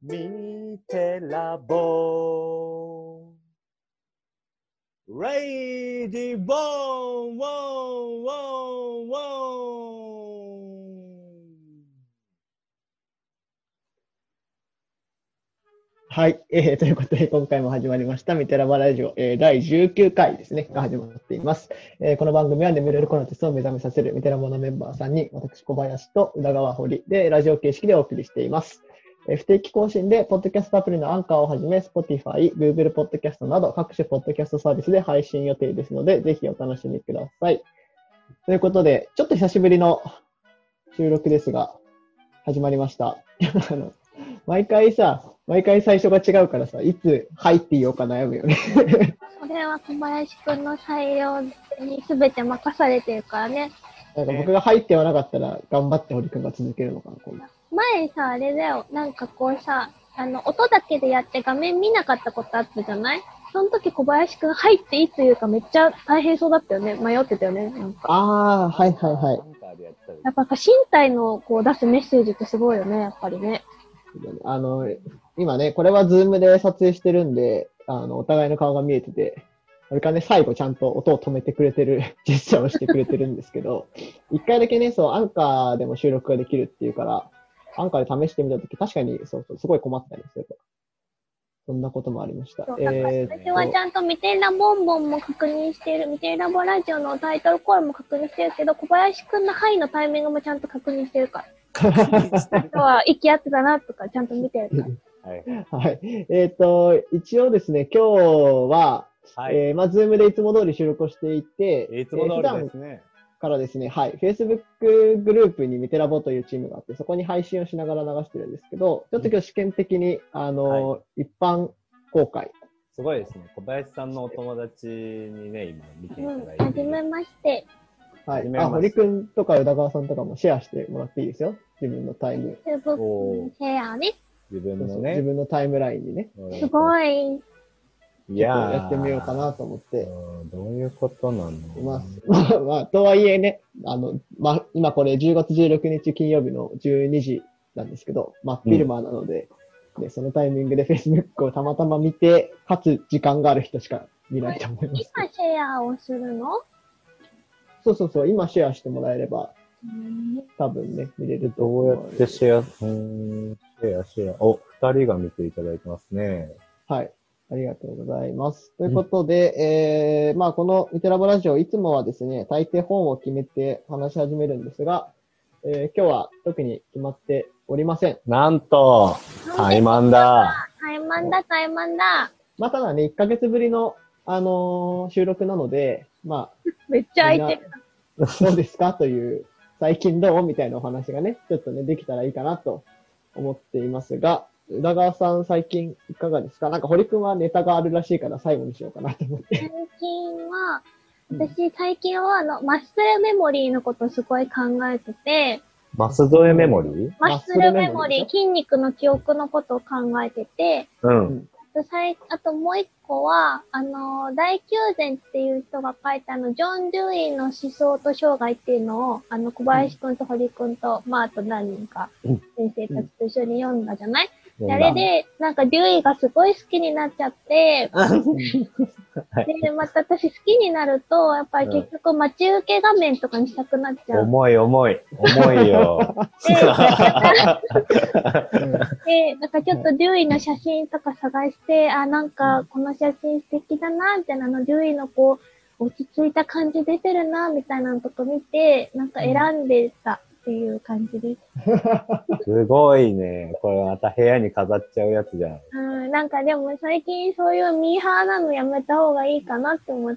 ミテラボレイディボーンウォンウォンウォン。 はい、ということで今回も始まりましたミテラボラジオ、第19回ですねが始まっています。この番組は眠れるコナテスを目覚めさせるミテラボのメンバーさんに私小林と宇田川堀でラジオ形式でお送りしています。不定期更新でポッドキャストアプリのアンカーをはじめ Spotify、Google ポッドキャストなど各種ポッドキャストサービスで配信予定ですのでぜひお楽しみください。ということでちょっと久しぶりの収録ですが始まりました。毎回最初が違うからさ、いつ入っていようか悩むよね。 これは小林くんの採用に全て任されてるからね。 なんか僕が入ってはなかったら頑張って堀くんが続けるのかな、今度。 前さ、あれだよ、なんかこうさ、音だけでやって画面見なかったことあったじゃない？その時小林くん入っていいというかめっちゃ大変そうだったよね。迷ってたよね。なんかああ、はいはいはい。 やっぱ身体のこう出すメッセージってすごいよね、やっぱりね。 今ね、これはズームで撮影してるんで、お互いの顔が見えてて、俺からね、最後ちゃんと音を止めてくれてる、ジェスチャーをしてくれてるんですけど、一回だけね、アンカーでも収録ができるっていうから、アンカーで試してみたとき、確かに、すごい困ってたんですよ。そんなこともありました。 私はちゃんとミテラボンボンも確認している、ミテラボラジオのタイトルコールも確認してるけど、小林くんのハイのタイミングもちゃんと確認してるから。あとは息合ってたなとかちゃんと見てるから。 はい。一応ですね、今日は、ズームでいつも通り収録をしていて、 いつも通りですね。 からですね、はい、Facebook グループにミテラボというチームがあって、そこに配信をしながら流してるんですけど、ちょっと今日試験的に、一般公開。 すごいですね。小林さんのお友達にね、今見ていただいて。 はじめまして。 はい。堀くんとか宇田川さんとかもシェアしてもらっていいですよ。自分のタイム。 Facebook シェアね。 自分のね。 自分のタイムラインにね。 すごい。 いやー。やってみようかなと思って。 どういうことなの？ まあ、とはいえね、今これ10月16日金曜日の12時なんですけど、真っ昼間なので、でそのタイミングで Facebook をたまたま見て、かつ時間がある人しか見ないと思います。 今シェアをするの？ そう、今シェアしてもらえれば、多分ね、見れると思う。どうやってシェア、シェア。お、二人が見ていただいてますね。 はい。ありがとうございます。ということで、このミテラボラジオ、いつもはですね、大抵本を決めて話し始めるんですが、今日は特に決まっておりません。 なんと、怠慢だ。 怠慢だ。 ただね、1ヶ月ぶりの、収録なので、 めっちゃ空いてる。 どうですかという、最近どうみたいなお話がね、ちょっとね、できたらいいかなと思っていますが、宇田川さん最近いかがですか？なんか堀くんはネタがあるらしいから最後にしようかなと思って。 最近はマッスルメモリーのことすごい考えてて。 マスドエメモリー？ マッスルメモリー、筋肉の記憶のことを考えてて。 うん。 あともう一個は、大宮前っていう人が書いたジョン・デュイの思想と生涯っていうのを、小林くんと堀くんと、あと何人か先生たちと一緒に読んだじゃない？あれで、なんかデュイがすごい好きになっちゃって、で、また私好きになると、やっぱり結局待ち受け画面とかにしたくなっちゃう。 重いよ。 で、なんかちょっとデュイの写真とか探して、なんかこの写真素敵だな、みたいなの、デュイのこう、落ち着いた感じ出てるな、みたいなのとか見て、なんか選んでたっていう感じです。 すごいね。これまた部屋に飾っちゃうやつじゃん。 なんかでも最近そういうミーハーなのやめた方がいいかなって思って。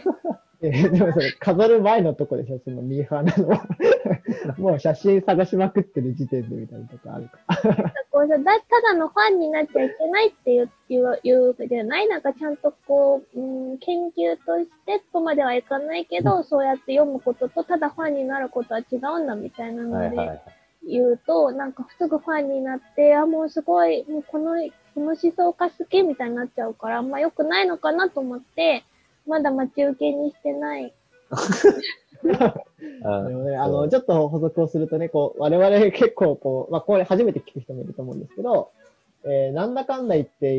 でもそれ飾る前のとこでしょ、そのミーハーなのは。もう写真探しまくってる時点でみたいなとこあるか。 ただのファンになっちゃいけないっていうわけじゃない？なんかちゃんとこう、研究としてとまではいかないけど、そうやって読むこととただファンになることは違うんだみたいなので言うと、なんかすぐファンになって、もうすごい、もうこの思想家好きみたいになっちゃうから、良くないのかなと思って、まだ待ち受けにしてない。 でもね、ちょっと補足をするとね、我々結構これ初めて聞く人もいると思うんですけど、 なんだかんだ言って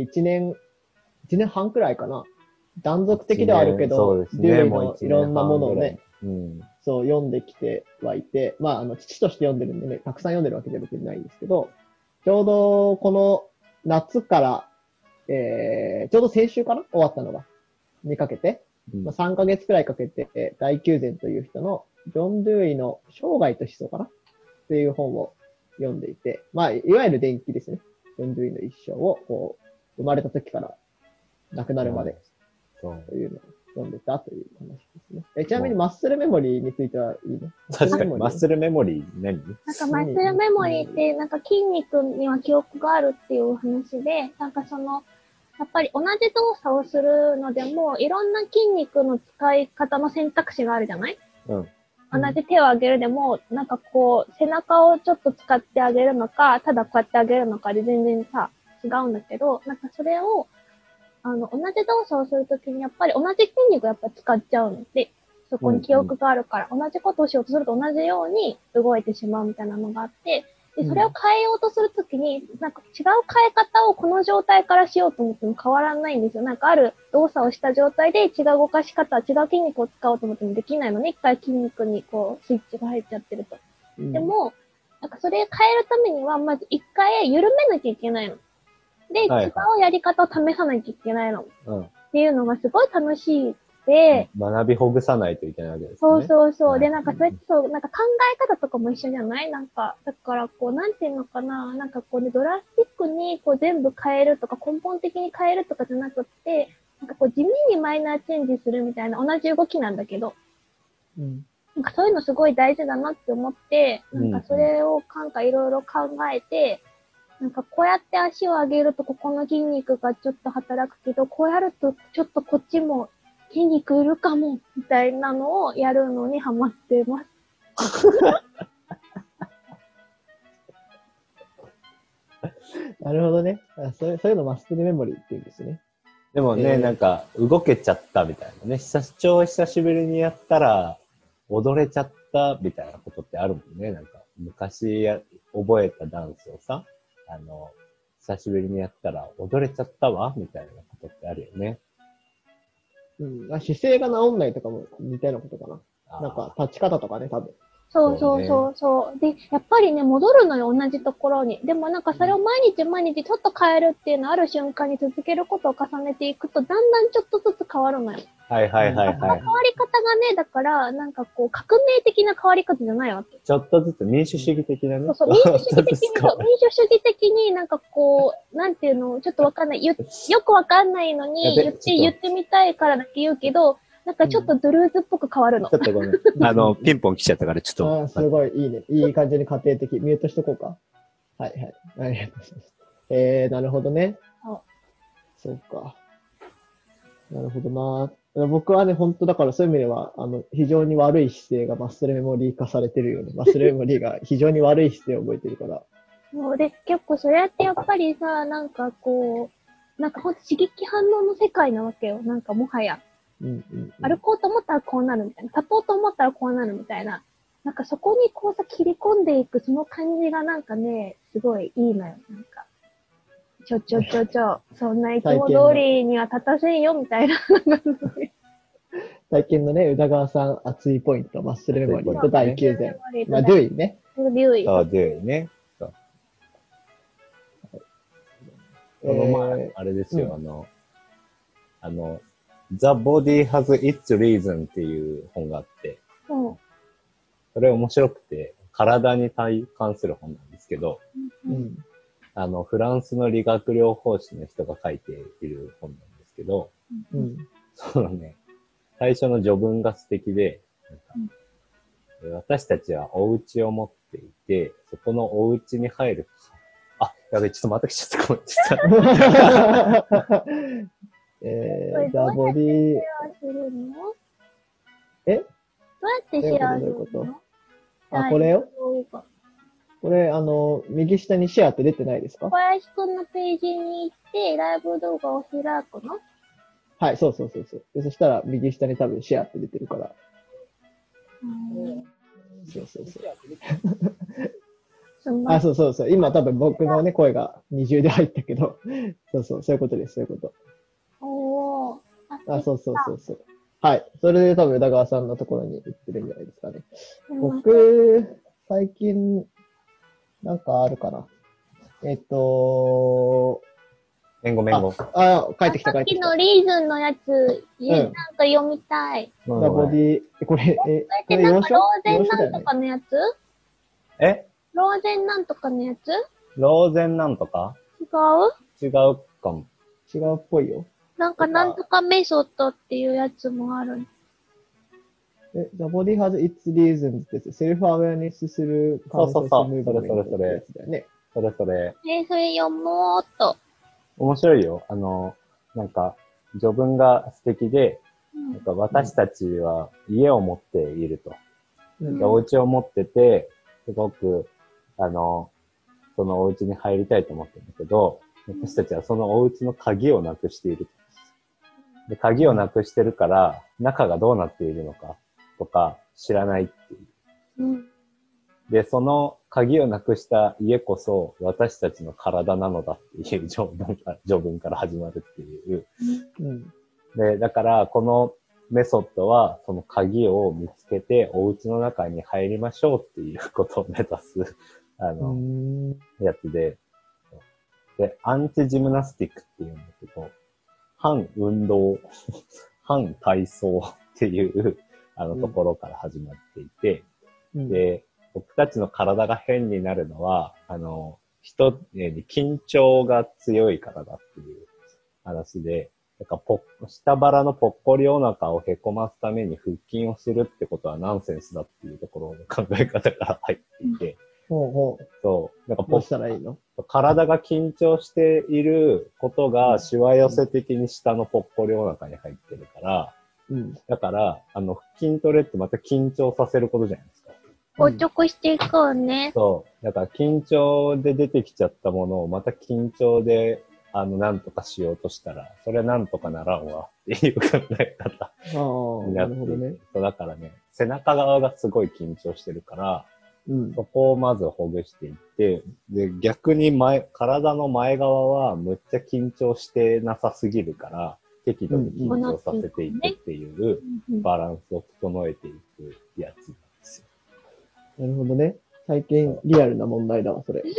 1年半くらいかな。断続的ではあるけど、 そうですね。 デューイもう一のいろんなものをね、 年半ぐらい。うん。 そう読んできてはいて、まあ、父として読んでるんでね、たくさん読んでるわけじゃ別にないんですけど、ちょうどこの夏から、ちょうど先週かな終わったのが、にかけて、 うんまあ、3ヶ月くらいかけて、大宮前という人の、ジョン・ドゥーイの生涯と思想かなっていう本を読んでいて、まあ、いわゆる伝記ですね。ジョン・ドゥーイの一生を、こう、生まれた時から亡くなるまでそう。 というのを読んでたという話ですね。ちなみにマッスルメモリーについてはいいね。 確かに、マッスルメモリー何？ なんかマッスルメモリーって、なんか筋肉には記憶があるっていう話で、なんかその、やっぱり同じ動作をするのでも、いろんな筋肉の使い方の選択肢があるじゃない？ うん。 同じ手を上げるでも、なんかこう、背中をちょっと使ってあげるのか、ただこうやってあげるのかで全然さ、違うんだけど、なんかそれを、同じ動作をするときにやっぱり同じ筋肉をやっぱ使っちゃうので、そこに記憶があるから、同じことをしようとすると同じように動いてしまうみたいなのがあって、で、それを変えようとするときに、なんか違う変え方をこの状態からしようと思っても変わらないんですよ。なんかある動作をした状態で違う動かし方、違う筋肉を使おうと思ってもできないのに、一回筋肉にこうスイッチが入っちゃってると。でも、なんかそれ変えるためには、まず一回緩めなきゃいけないの。で、 はいはい違うやり方を試さなきゃいけないの。 うん。 っていうのがすごい楽しいで、 学びほぐさないといけないわけですね。 そうそうそう。 はいで、なんかそれってそう、なんか考え方とかも一緒じゃない？なんか、だからこう、なんていうのかな、なんかこうね、ドラスティックにこう全部変えるとか、根本的に変えるとかじゃなくって、なんかこう地味にマイナーチェンジするみたいな同じ動きなんだけど、なんかそういうのすごい大事だなって思って、なんかそれをなんかいろいろ考えて、なんかこうやって足を上げるとここの筋肉がちょっと働くけど、こうやるとちょっとこっちも筋肉いるかも、みたいなのをやるのにハマってます。 なるほどね。そういうのマッスルメモリーって言うんですね。 でもね、なんか、動けちゃったみたいなね。超久しぶりにやったら、踊れちゃったみたいなことってあるもんね。なんか、昔覚えたダンスをさ、久しぶりにやったら、踊れちゃったわみたいなことってあるよね。 姿勢が治んないとかも似たようなことかな。なんか、立ち方とかね、多分。 そうそうそうそう。で、やっぱりね、戻るのよ、同じところに。でもなんかそれを毎日毎日ちょっと変えるっていうのある瞬間に続けることを重ねていくと、だんだんちょっとずつ変わるのよ。 はいはいはいはい。 変わり方がね、だから、なんかこう、革命的な変わり方じゃないわけ。 ちょっとずつ民主主義的なね。 そうそう、民主主義的に、民主主義的になんかこう、なんていうの、ちょっとわかんない。よくわかんないのに言ってみたいからだけ言うけど、なんかちょっとドゥルーズっぽく変わるの。 ちょっとごめん。ピンポン来ちゃったからちょっと。 すごいいいね。いい感じに家庭的。ミュートしとこうか。はいはい。ありがとうございます。なるほどね。そうか。なるほどな。僕はね、本当だからそういう意味では、非常に悪い姿勢がマッスルメモリー化されてるよね。マッスルメモリーが非常に悪い姿勢を覚えてるから。 そうで、結構それってやっぱりさ、なんかこう、なんかほんと刺激反応の世界なわけよ。なんかもはや。歩こうと思ったらこうなるみたいな。立とうと思ったらこうなるみたいな。なんかそこにこうさ、切り込んでいくその感じがなんかね、すごいいいのよ。なんか、そんないつも通りには立たせんよみたいな。 体験のね、宇田川さん熱いポイント、マッスルメモリーと第9前。まあ、ドゥイね。 ドゥイ。 そう、ドゥイね。そう。この前、あれですよ、The Body Has Its Reason っていう本があって、それ面白くて、体に関する本なんですけど、フランスの理学療法士の人が書いている本なんですけど、そのね、最初の序文が素敵で、私たちはお家を持っていて、そこのお家に入る。やべ、ちょっとまた来ちゃった。ごめん、ちょっと。 ザボディどうやってシェアするの？ これよ。これ、右下にシェアって出てないですか？ 小林くんのページに行って、ライブ動画を開くの？ はい、そう。で、そしたら、右下に多分シェアって出てるから。そう。 あ、そうそうそう。今多分僕のね、声が二重で入ったけど、そうそう、そういうことです、そういうこと。 おー。 あ、そうそうそうそう。はい。それで多分、宇田川さんのところに行ってるんじゃないですかね。僕、最近、なんかあるかな。 ごめんご。 帰ってきた、帰ってきた。 さっきのリーズンのやつ、なんか読みたい。 ボディ、これ、 これってなんか、ローゼンなんとかのやつローゼンなんとかのやつローゼンなんとか違うかも。 違うっぽいよ。 なんか、なんとかメソッドっていうやつもある。 The body has its reasons って、セルフアウェアネスするそうそうそう。それ。 それ読もうっと。 面白いよ。なんか、序文が素敵で、なんか私たちは家を持っていると。お家を持ってて、すごく、そのお家に入りたいと思ってるんだけど、私たちはそのお家の鍵をなくしている。で、鍵をなくしてるから、中がどうなっているのかとか知らないっていう。で、その鍵をなくした家こそ私たちの体なのだっていう序文から始まるっていう。で、だからこのメソッドはその鍵を見つけてお家の中に入りましょうっていうことを目指す、やつで、で、アンチジムナスティックっていうんだけど、反運動、反体操っていう、ところから始まっていて、で、僕たちの体が変になるのは、人に緊張が強いからだっていう話で、だから下腹のぽっこりお腹をへこますために腹筋をするってことはナンセンスだっていうところの考え方から入っていて、そう。なんかどうしたらいいの？ 体が緊張していることがしわ寄せ的に下のぽっこりお腹に入ってるから、だから、腹筋トレってまた緊張させることじゃないですか。 硬直していくうね。 そう。だから緊張で出てきちゃったものをまた緊張で、なんとかしようとしたら、それはなんとかならんわっていう考え方になっていて。そうだからね、背中側がすごい緊張してるから、そこをまずほぐしていって、で、逆に体の前側はむっちゃ緊張してなさすぎるから、適度に緊張させていくっていうバランスを整えていくやつなんですよ。 なるほどね。最近リアルな問題だわ、それ。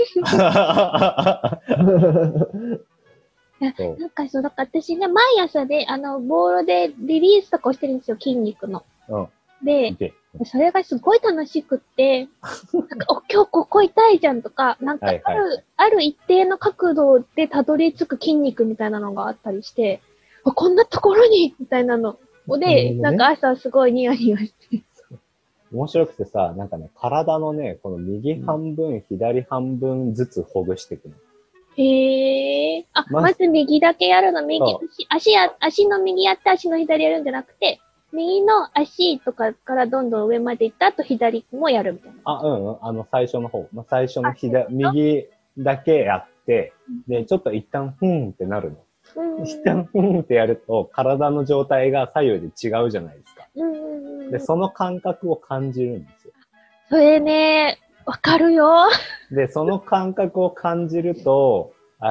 なんかそう、だから私ね、毎朝で、ボールでリリースとかをしてるんですよ、筋肉の。で、それがすごい楽しくって、なんか、今日ここ痛いじゃんとか、なんかある一定の角度でたどり着く筋肉みたいなのがあったりして、こんなところにみたいなので、なんか朝すごいニヤニヤして。 面白くてさ、なんかね、体のね、この右半分、左半分ずつほぐしていくの。 へー。まず右だけやるの、足の右やって足の左やるんじゃなくて、右の足とかからどんどん上まで行った後左もやるみたいな。 最初の方。最初の右だけやって、で、ちょっと一旦ふーんってなるの。一旦ふーんってやると、体の状態が左右で違うじゃないですか。で、その感覚を感じるんですよ。 それね、わかるよ。 で、その感覚を感じると、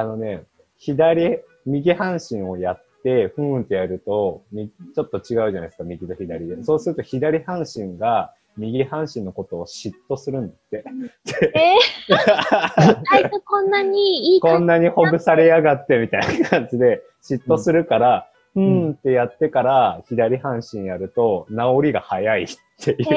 右半身をやって、ふーんってやると、ちょっと違うじゃないですか、右と左で。そうすると左半身が右半身のことを嫉妬するんだって。 あいつこんなにいいこんなにほぐされやがってみたいな感じで嫉妬するから、ふーんってやってから左半身やると治りが早いっていう。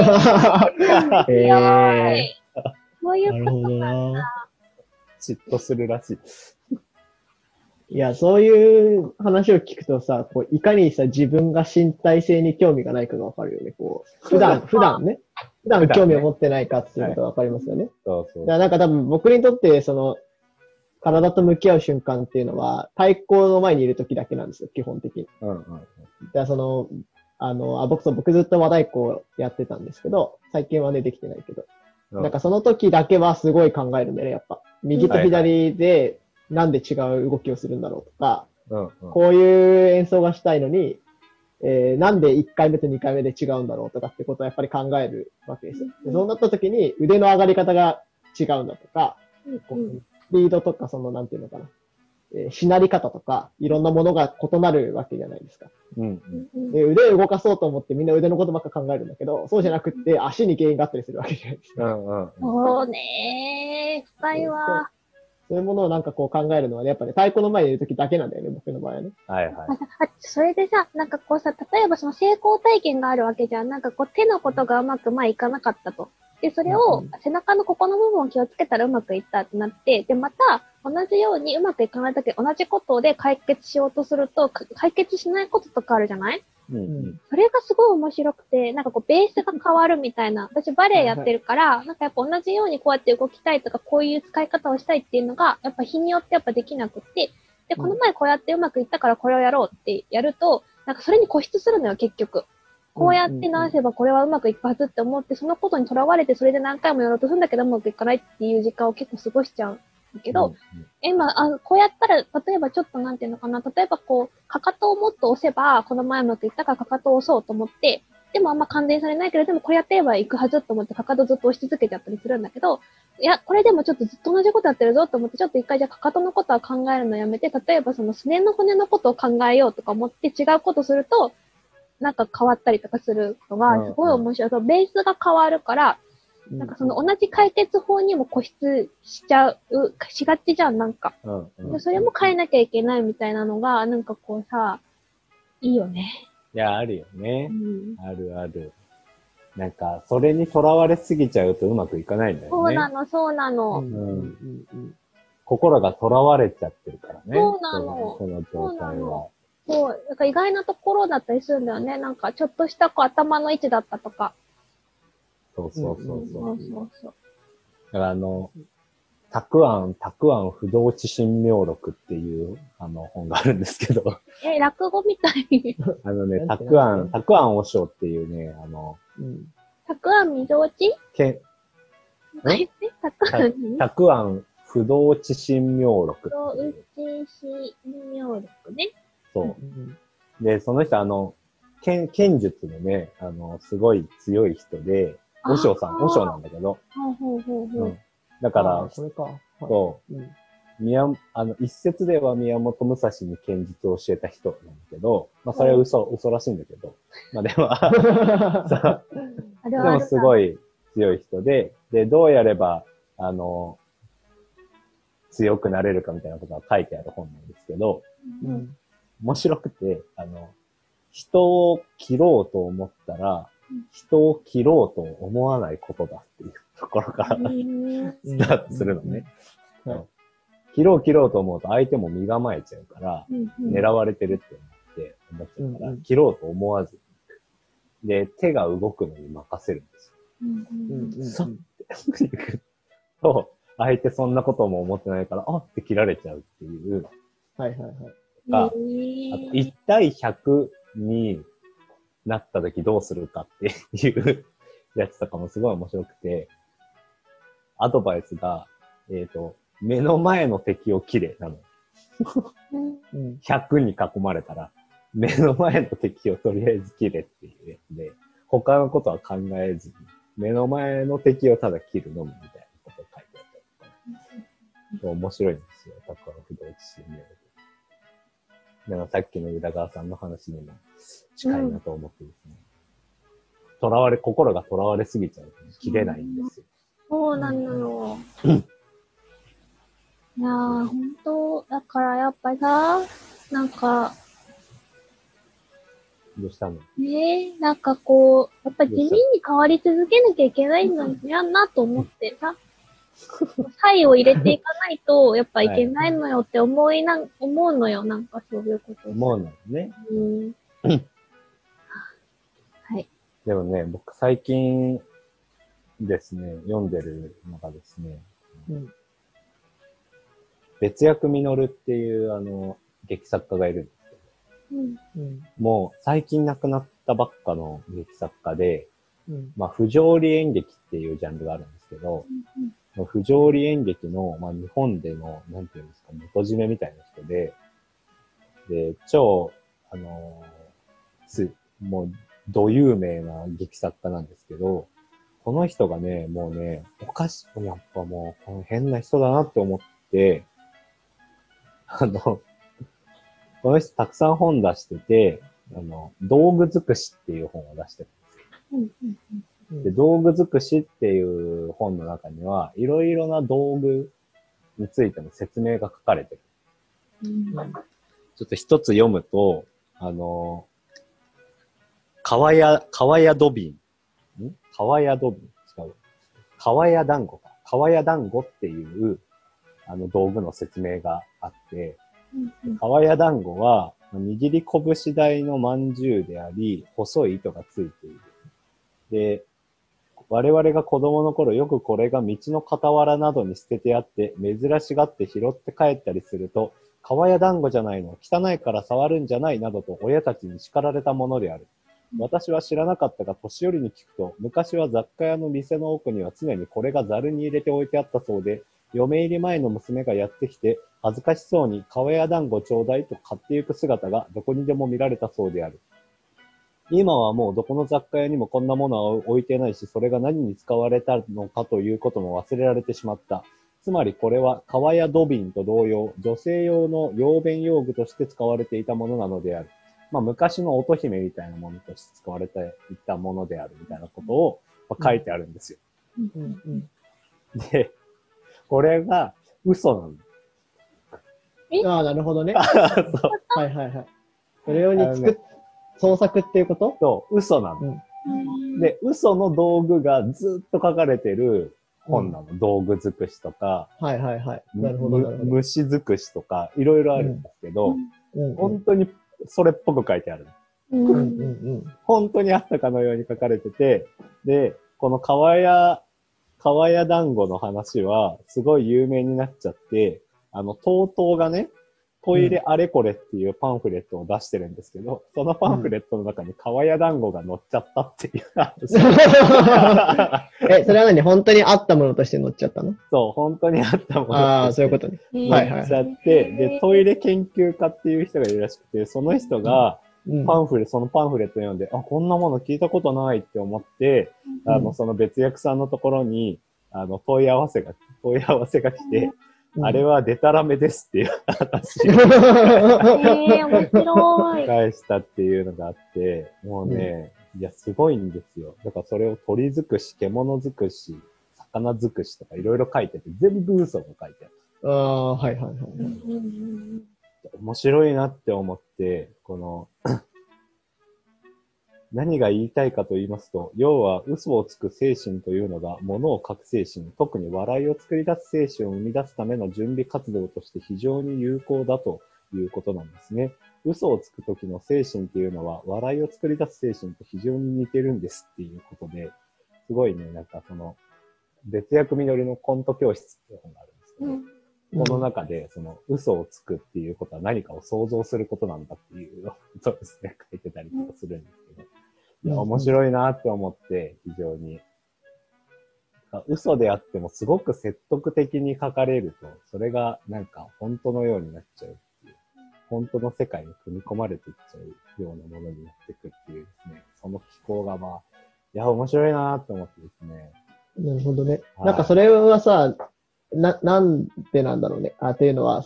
そういうことなんだ。 嫉妬するらしい。 いや、そういう話を聞くとさ、いかにさ、自分が身体性に興味がないかがわかるよね。普段興味を持ってないかっていうことがわかりますよね。 そう。 だからなんか多分僕にとって、体と向き合う瞬間っていうのは、太鼓の前にいる時だけなんですよ、基本的に。だから僕ずっと和太鼓をやってたんですけど、最近はね、できてないけど。なんかその時だけはすごい考えるんだよね、やっぱ。右と左で、なんで違う動きをするんだろうとか、こういう演奏がしたいのに、なんで1回目と2回目で違うんだろうとかってことをやっぱり考えるわけですよ。でそうなった時に腕の上がり方が違うんだとか、 うん、 リードとか、なんていうのかな。しなり方とか、いろんなものが異なるわけじゃないですか。 うんで腕を動かそうと思ってみんな腕のことばっか考えるんだけど、そうじゃなくって足に原因があったりするわけじゃないですか。 そうねー、深いわ。 そういうものをなんかこう考えるのはね、やっぱね、太鼓の前にいるときだけなんだよね、僕の場合はね。 はいはい。 それでさ、なんかこうさ、例えばその成功体験があるわけじゃん。なんかこう手のことがうまくいかなかったと。で、それを背中のここの部分を気をつけたらうまくいったってなって、で、また同じようにうまくいかないとき、同じことで解決しようとすると、解決しないこととかあるじゃない？それがすごい面白くて、なんかこうベースが変わるみたいな。私バレエやってるから、なんかやっぱ同じようにこうやって動きたいとか、こういう使い方をしたいっていうのが、やっぱ日によってやっぱできなくって、で、この前こうやってうまくいったからこれをやろうってやると、なんかそれに固執するのよ、結局。こうやって直せばこれはうまくいくはずって思って、そのことにとらわれてそれで何回もやろうとするんだけどうまくいかないっていう時間を結構過ごしちゃうんだけど、こうやったら、例えばちょっとなんていうのかな、例えばこう、かかとをもっと押せば、この前うまくいったからかかとを押そうと思って、でもあんま感電されないけど、でもこれやってればいくはずと思ってかかとずっと押し続けちゃったりするんだけど、いや、これでもちょっとずっと同じことやってるぞと思って、ちょっと一回じゃあかかとのことは考えるのやめて、例えばそのすねの骨のことを考えようとか思って違うことすると、なんか変わったりとかするのが、すごい面白い。ベースが変わるから、なんかその同じ解決法にも固執しがちじゃん、なんか。でそれも変えなきゃいけないみたいなのが、なんかこうさ、いいよね。 いや、あるよね。あるある。なんか、それにとらわれすぎちゃうとうまくいかないんだよね。 そうなの、そうなの。 心がとらわれちゃってるからね。 そうなの。 その状態は。 そう、なんか意外なところだったりするんだよね。なんか、ちょっとした頭の位置だったとか。 そう。だからたくあん不動地神妙録っていう本があるんですけど。 落語みたい。 たくあん和尚っていうね、 たくあんみぞおちたくあん不動地神妙録。 不動地神妙録ね。 そう。で、その人剣術のね、すごい強い人で、和尚なんだけど。だから、そう、一説では宮本武蔵に剣術を教えた人なんだけど、まあそれは嘘らしいんだけど、まあでも、でもすごい強い人で、どうやれば、強くなれるかみたいなことが書いてある本なんですけど、面白くて、人を切ろうと思ったら、人を切ろうと思わないことだっていうところからスタートするのね。切ろうと思うと相手も身構えちゃうから、狙われてるって思っちゃうから、切ろうと思わずに。で、手が動くのに任せるんですよ。っていくと、相手そんなことも思ってないから、あって切られちゃうっていう。あと1対100になった時どうするかっていうやつとかもすごい面白くて、アドバイスが、目の前の敵を切れなの。100に囲まれたら、目の前の敵をとりあえず切れっていうやつで、他のことは考えずに、目の前の敵をただ切るのみみたいなことを書いてあったりとか、面白いんですよ。だから不動地神妙。だからさっきの宇田川さんの話にも近いなと思ってですね。心がとらわれすぎちゃうと切れないんですよ。 そうなのよ。いやー、ほんと、だからやっぱりさ、なんか、 どうしたの？ なんかこう、やっぱ地味に変わり続けなきゃいけないのやんなと思ってさ、差異を入れていかないと、やっぱいけないのよって思うのよ、なんかそういうこと。 思うのよね。 はい。 でもね、僕最近ですね、読んでるのがですね、別役実っていう劇作家がいるんですけど、もう最近亡くなったばっかの劇作家で、まあ不条理演劇っていうジャンルがあるんですけど、不条理演劇の、まあ、日本での、なんていうんですか、元締めみたいな人で、超、もう、ど有名な劇作家なんですけど、 この人がね、もうね、おかしい、やっぱもう、この変な人だなって思って、この人たくさん本出してて、道具尽くしっていう本を出してるんですよ。で、道具尽くしっていう本の中には、いろいろな道具についての説明が書かれてる。ちょっと一つ読むと、川屋土瓶。川屋土瓶違う。川屋団子か。川屋団子っていう、道具の説明があって、川屋団子は、握り拳大の饅頭であり、細い糸がついている。で、我々が子供の頃よくこれが道の傍らなどに捨ててあって、珍しがって拾って帰ったりすると、川屋団子じゃないの、汚いから触るんじゃないなどと親たちに叱られたものである。私は知らなかったが、年寄りに聞くと、昔は雑貨屋の店の奥には常にこれがザルに入れて置いてあったそうで、嫁入り前の娘がやってきて、恥ずかしそうに川屋団子ちょうだいと買っていく姿がどこにでも見られたそうである。今はもうどこの雑貨屋にもこんなものは置いてないし、それが何に使われたのかということも忘れられてしまった。つまりこれは川屋土瓶と同様、女性用の用便用具として使われていたものなのである。まあ昔の乙姫みたいなものとして使われていたものであるみたいなことを書いてあるんですよ。で、これが嘘なの。ああ、なるほどね。はいはいはい。それ用に創作っていうことそう、嘘なの。で、嘘の道具がずっと書かれてる本なの。道具尽くしとか、 はいはいはい。なるほどなるほど。 虫尽くしとか、いろいろあるんですけど、本当にそれっぽく書いてある。本当にあったかのように書かれてて、で、この川屋団子の話は、すごい有名になっちゃって、TOTOがね、トイレあれこれっていうパンフレットを出してるんですけど、そのパンフレットの中に川屋団子が載っちゃったっていう話。それは何本当にあったものとして載っちゃったの？ そう、本当にあったものとして。 ああ、そういうことね。 はいはい。載っちゃって、で、トイレ研究家っていう人がいるらしくて、その人が、そのパンフレット読んで、あ、こんなもの聞いたことないって思って、その別役さんのところに、問い合わせが来て、あれはデタラメですっていう話を面白い。 返したっていうのがあって、もうね、いや、すごいんですよ。だからそれを鳥尽くし、獣尽くし、魚尽くしとかいろいろ書いてて、全部嘘が書いてある。 ああ、はいはいはい。 面白いなって思って、何が言いたいかと言いますと、要は嘘をつく精神というのが物を書く精神、特に笑いを作り出す精神を生み出すための準備活動として非常に有効だということなんですね。嘘をつく時の精神っていうのは笑いを作り出す精神と非常に似てるんですっていうことで、すごいね、別役みのりのコント教室っていう本があるんですけど、この中で、嘘をつくっていうことは何かを想像することなんだっていうのを、そうですね、書いてたりとかするんですけど。いや、面白いなって思って、非常に。嘘であってもすごく説得的に書かれると、それがなんか本当のようになっちゃうっていう。本当の世界に組み込まれていっちゃうようなものになってくっていうですね。その機構がいや、面白いなって思ってですね。 なるほどね。なんかそれはさ、なんでなんだろうね。っていうのは、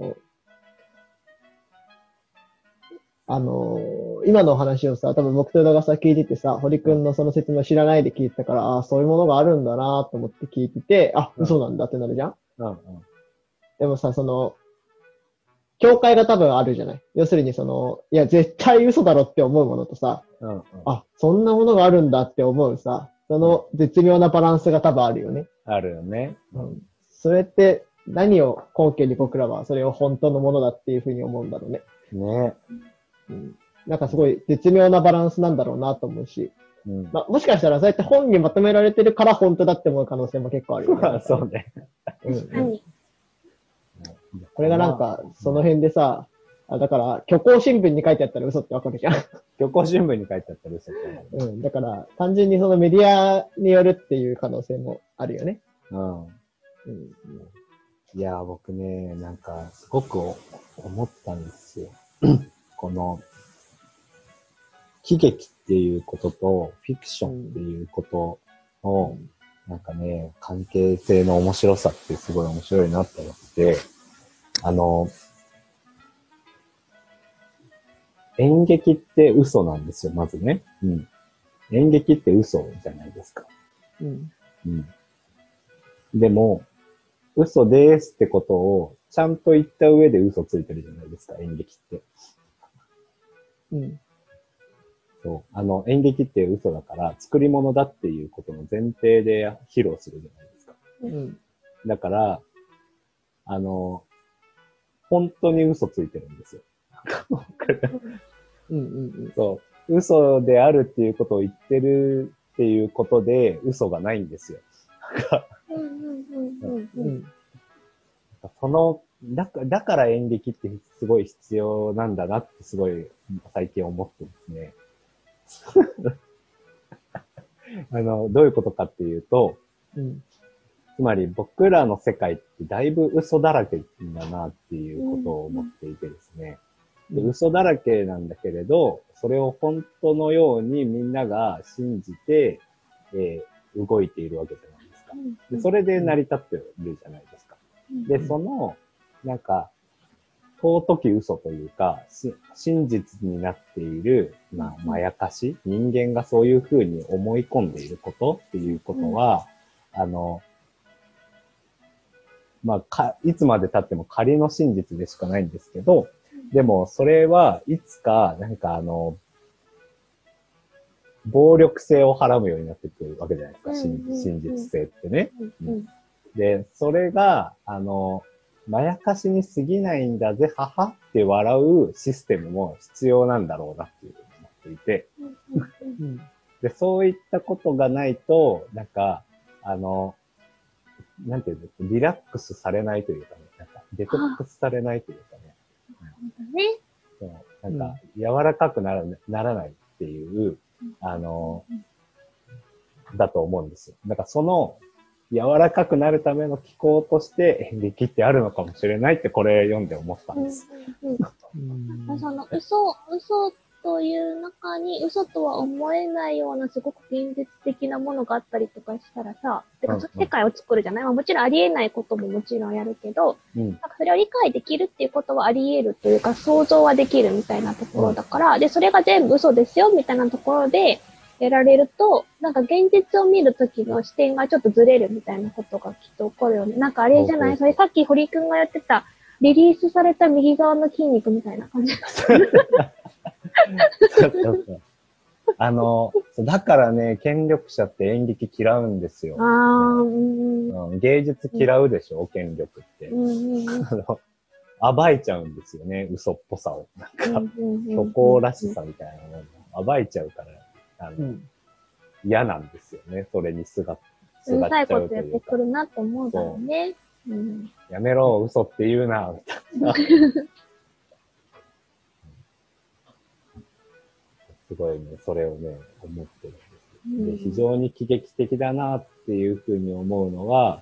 今のお話をさ、多分僕と宇田がさ、聞いててさ、堀くんのその説明を知らないで聞いてたから、そういうものがあるんだなと思って聞いてて、嘘なんだってなるじゃん？でもさ、境界が多分あるじゃない。要するにいや、絶対嘘だろって思うものとさ、そんなものがあるんだって思うさ、その絶妙なバランスが多分あるよね。 あるよね。 それって何を根拠に僕らはそれを本当のものだっていうふうに思うんだろうね。 ね。 なんかすごい絶妙なバランスなんだろうなと思うし、もしかしたらそうやって本にまとめられてるから本当だって思う可能性も結構あるよね。 そうね。 これがなんか、その辺でさ、だから、虚構新聞に書いてあったら嘘ってわかるじゃん。 虚構新聞に書いてあったら嘘って。 だから、単純にそのメディアによるっていう可能性もあるよね。 いや、僕ね、なんか、すごく思ったんですよ。この、喜劇っていうことと、フィクションっていうことの、なんかね、関係性の面白さってすごい面白いなって思って、演劇って嘘なんですよ、まずね。うん。演劇って嘘じゃないですか。うん。うん。でも、嘘ですってことをちゃんと言った上で嘘ついてるじゃないですか、演劇って。うん。そう。演劇って嘘だから、作り物だっていうことの前提で披露するじゃないですか。うん。だから、本当に嘘ついてるんですよ。うんうんうん。そう。嘘であるっていうことを言ってるっていうことで、嘘がないんですよ。だから演劇ってすごい必要なんだなってすごい最近思ってですね。どういうことかっていうと、うん、つまり僕らの世界ってだいぶ嘘だらけだなっていうことを思っていてですね。で嘘だらけなんだけれど、それを本当のようにみんなが信じて、動いているわけじゃないですか。でそれで成り立ってるじゃないですか。で、なんか、尊き嘘というか、真実になっている、まやかし、人間がそういうふうに思い込んでいることっていうことは、いつまで経っても仮の真実でしかないんですけど、でもそれはいつか、暴力性をはらむようになってくるわけじゃないですか、真実性ってね。で、それが、まやかしに過ぎないんだぜ、ははって笑うシステムも必要なんだろうなっていうふうに思っていて。で、そういったことがないと、なんていうんですか、リラックスされないというかね、デトックスされないというかね。柔らかくならないっていう、だと思うんですよ。だから柔らかくなるための機構として演劇ってあるのかもしれないってこれ読んで思ったんです。 その嘘という中に嘘とは思えないようなすごく現実的なものがあったりとかしたらさ、世界を作るじゃない、もちろんありえないことももちろんやるけど、それを理解できるっていうことはあり得るというか想像はできるみたいなところだから、で、それが全部嘘ですよみたいなところで、やられると、現実を見るときの視点がちょっとずれるみたいなことがきっと起こるよね。あれじゃない、それさっき堀くんが言ってた、リリースされた右側の筋肉みたいな感じ。 だからね、権力者って演劇嫌うんですよ。芸術嫌うでしょ、権力って。暴いちゃうんですよね、嘘っぽさを。虚構らしさみたいなものを暴いちゃうから。嫌なんですよね。それにすがっちゃうというか。うざいことやってくるなと思うだろうね。 やめろ、嘘って言うな、みたいな。すごいね、それをね、思ってるんです。で、非常に喜劇的だなっていうふうに思うのは、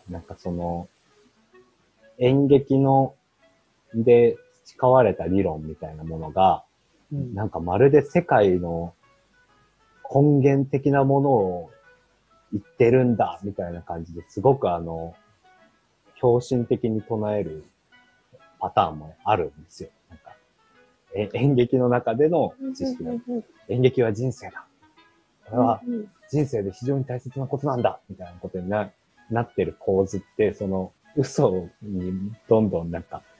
演劇で培われた理論みたいなものが、まるで世界の根源的なものを言ってるんだ、みたいな感じですごく狂信的に唱えるパターンもあるんですよ。演劇の中での知識だ。演劇は人生だ。これは人生で非常に大切なことなんだ、みたいなことになってる構図って、その嘘にどんどん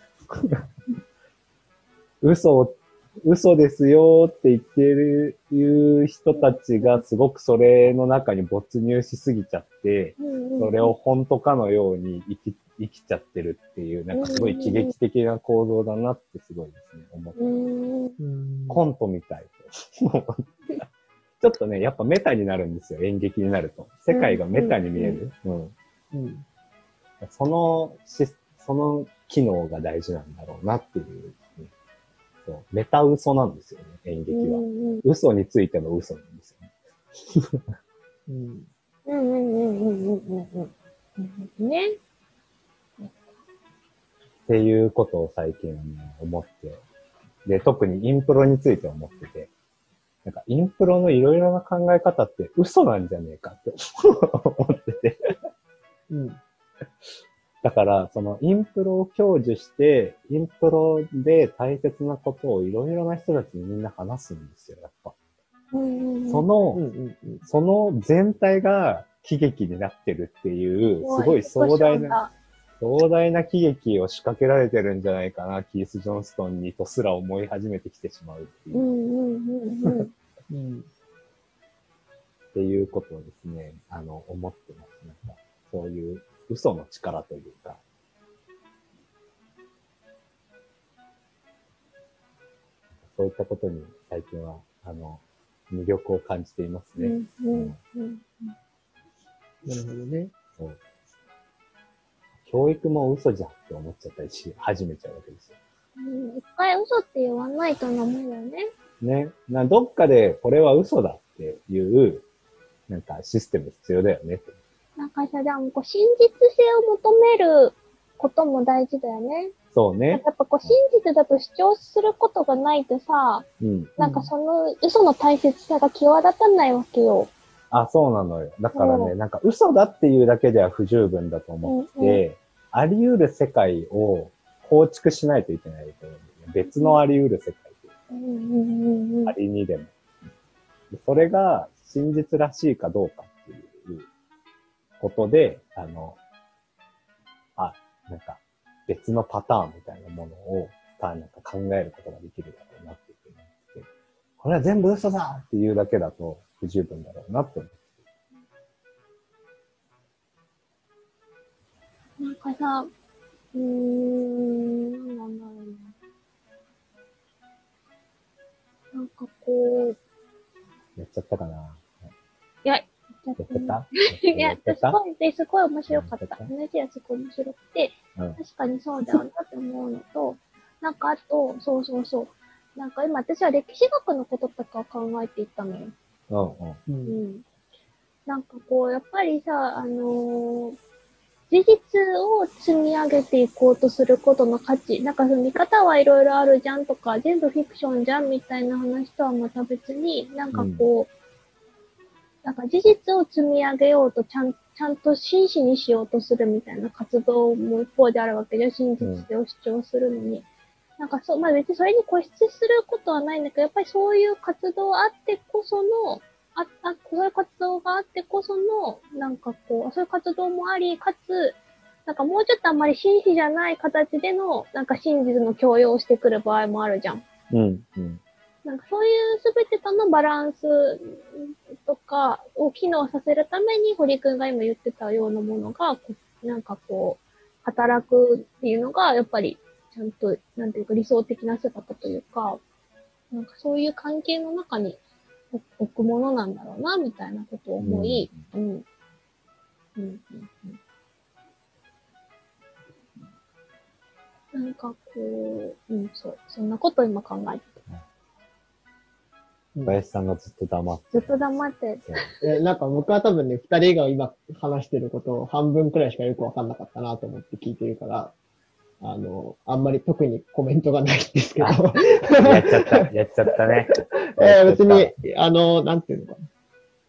嘘ですよって言ってる人たちがすごくそれの中に没入しすぎちゃって、それを本当かのように生きちゃってるっていう、すごい喜劇的な構造だなってすごいですね、思って。コントみたい。ちょっとね、やっぱメタになるんですよ、演劇になると。世界がメタに見える。その機能が大事なんだろうなっていう。メタ嘘なんですよね、演劇は。嘘についての嘘なんですよね。ね。っていうことを最近はね、思って。で、特にインプロについて思ってて。インプロのいろいろな考え方って嘘なんじゃねえかって思ってて。 うん。 だから、そのインプロを享受して、インプロで大切なことをいろいろな人たちにみんな話すんですよ、やっぱ。その全体が喜劇になってるっていう、すごい壮大な喜劇を仕掛けられてるんじゃないかな、キース・ジョンストンにとすら思い始めてきてしまうっていう。っていうことをですね、思ってます。なんか、そういう嘘の力というか。そういったことに最近は、魅力を感じていますね。 なるほどね。 そう。教育も嘘じゃんって思っちゃったり始めちゃうわけですよ。 一回嘘って言わないとダメだよね。 ね。どっかでこれは嘘だっていう、なんかシステム必要だよねって。 なんかさ、でも真実性を求めることも大事だよね。 そうね。 やっぱ真実だと主張することがないとさ、なんかその嘘の大切さが際立たないわけよ。 あ、そうなのよ。だからね、なんか嘘だっていうだけでは不十分だと思って、あり得る世界を構築しないといけないと思う。別のあり得る世界で。ありにでも。それが真実らしいかどうかっていうことで、なんか別のパターンみたいなものをなんか考えることができるだろうなっていうふうに思って、これは全部嘘だっていうだけだと不十分だろうなって思って。 なんかさ、なんだろうな。なんかこう。 やっちゃったかな。 いや、 やっちゃったいや、すごい面白かった。話はすごい面白くて、確かにそうだよなって思うのと、なんかあと、そう。なんか今私は歴史学のこととか考えていったのよ。なんかこう、やっぱりさ、事実を積み上げていこうとすることの価値。なんかその見方はいろいろあるじゃんとか、全部フィクションじゃんみたいな話とはまた別に、なんかこう、なんか事実を積み上げようとちゃんと真摯にしようとするみたいな活動も一方であるわけじゃ、真実性を主張するのに。なんかまあ別にそれに固執することはないんだけど、やっぱりそういう活動あってこその、そういう活動があってこその、なんかこう、そういう活動もあり、かつ、なんかもうちょっとあんまり真摯じゃない形での、なんか真実の強要をしてくる場合もあるじゃん。なんかそういうすべてとのバランスとかを機能させるために、堀くんが今言ってたようなものが、なんかこう、働くっていうのが、やっぱり、ちゃんと、なんていうか理想的な姿というか、なんかそういう関係の中に置くものなんだろうな、みたいなことを思い、なんかこう、そんなことを今考えてた。 林さんがずっと黙って。 ずっと黙ってなんか僕は多分ね、二人が今話してることを半分くらいしかよくわかんなかったなと思って聞いてるから、あんまり特にコメントがないんですけど。 やっちゃったね。 別に、なんていうのかな。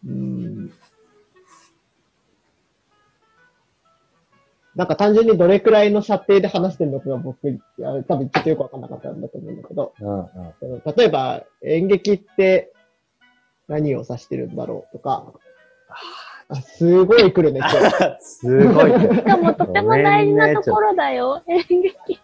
なんか単純にどれくらいの射程で話してるのかが僕、多分ちょっとよくわかんなかったんだと思うんだけど、例えば演劇って何を指してるんだろうとか、すごい来るね、今日。 すごい。 しかもとても大事なところだよ、演劇。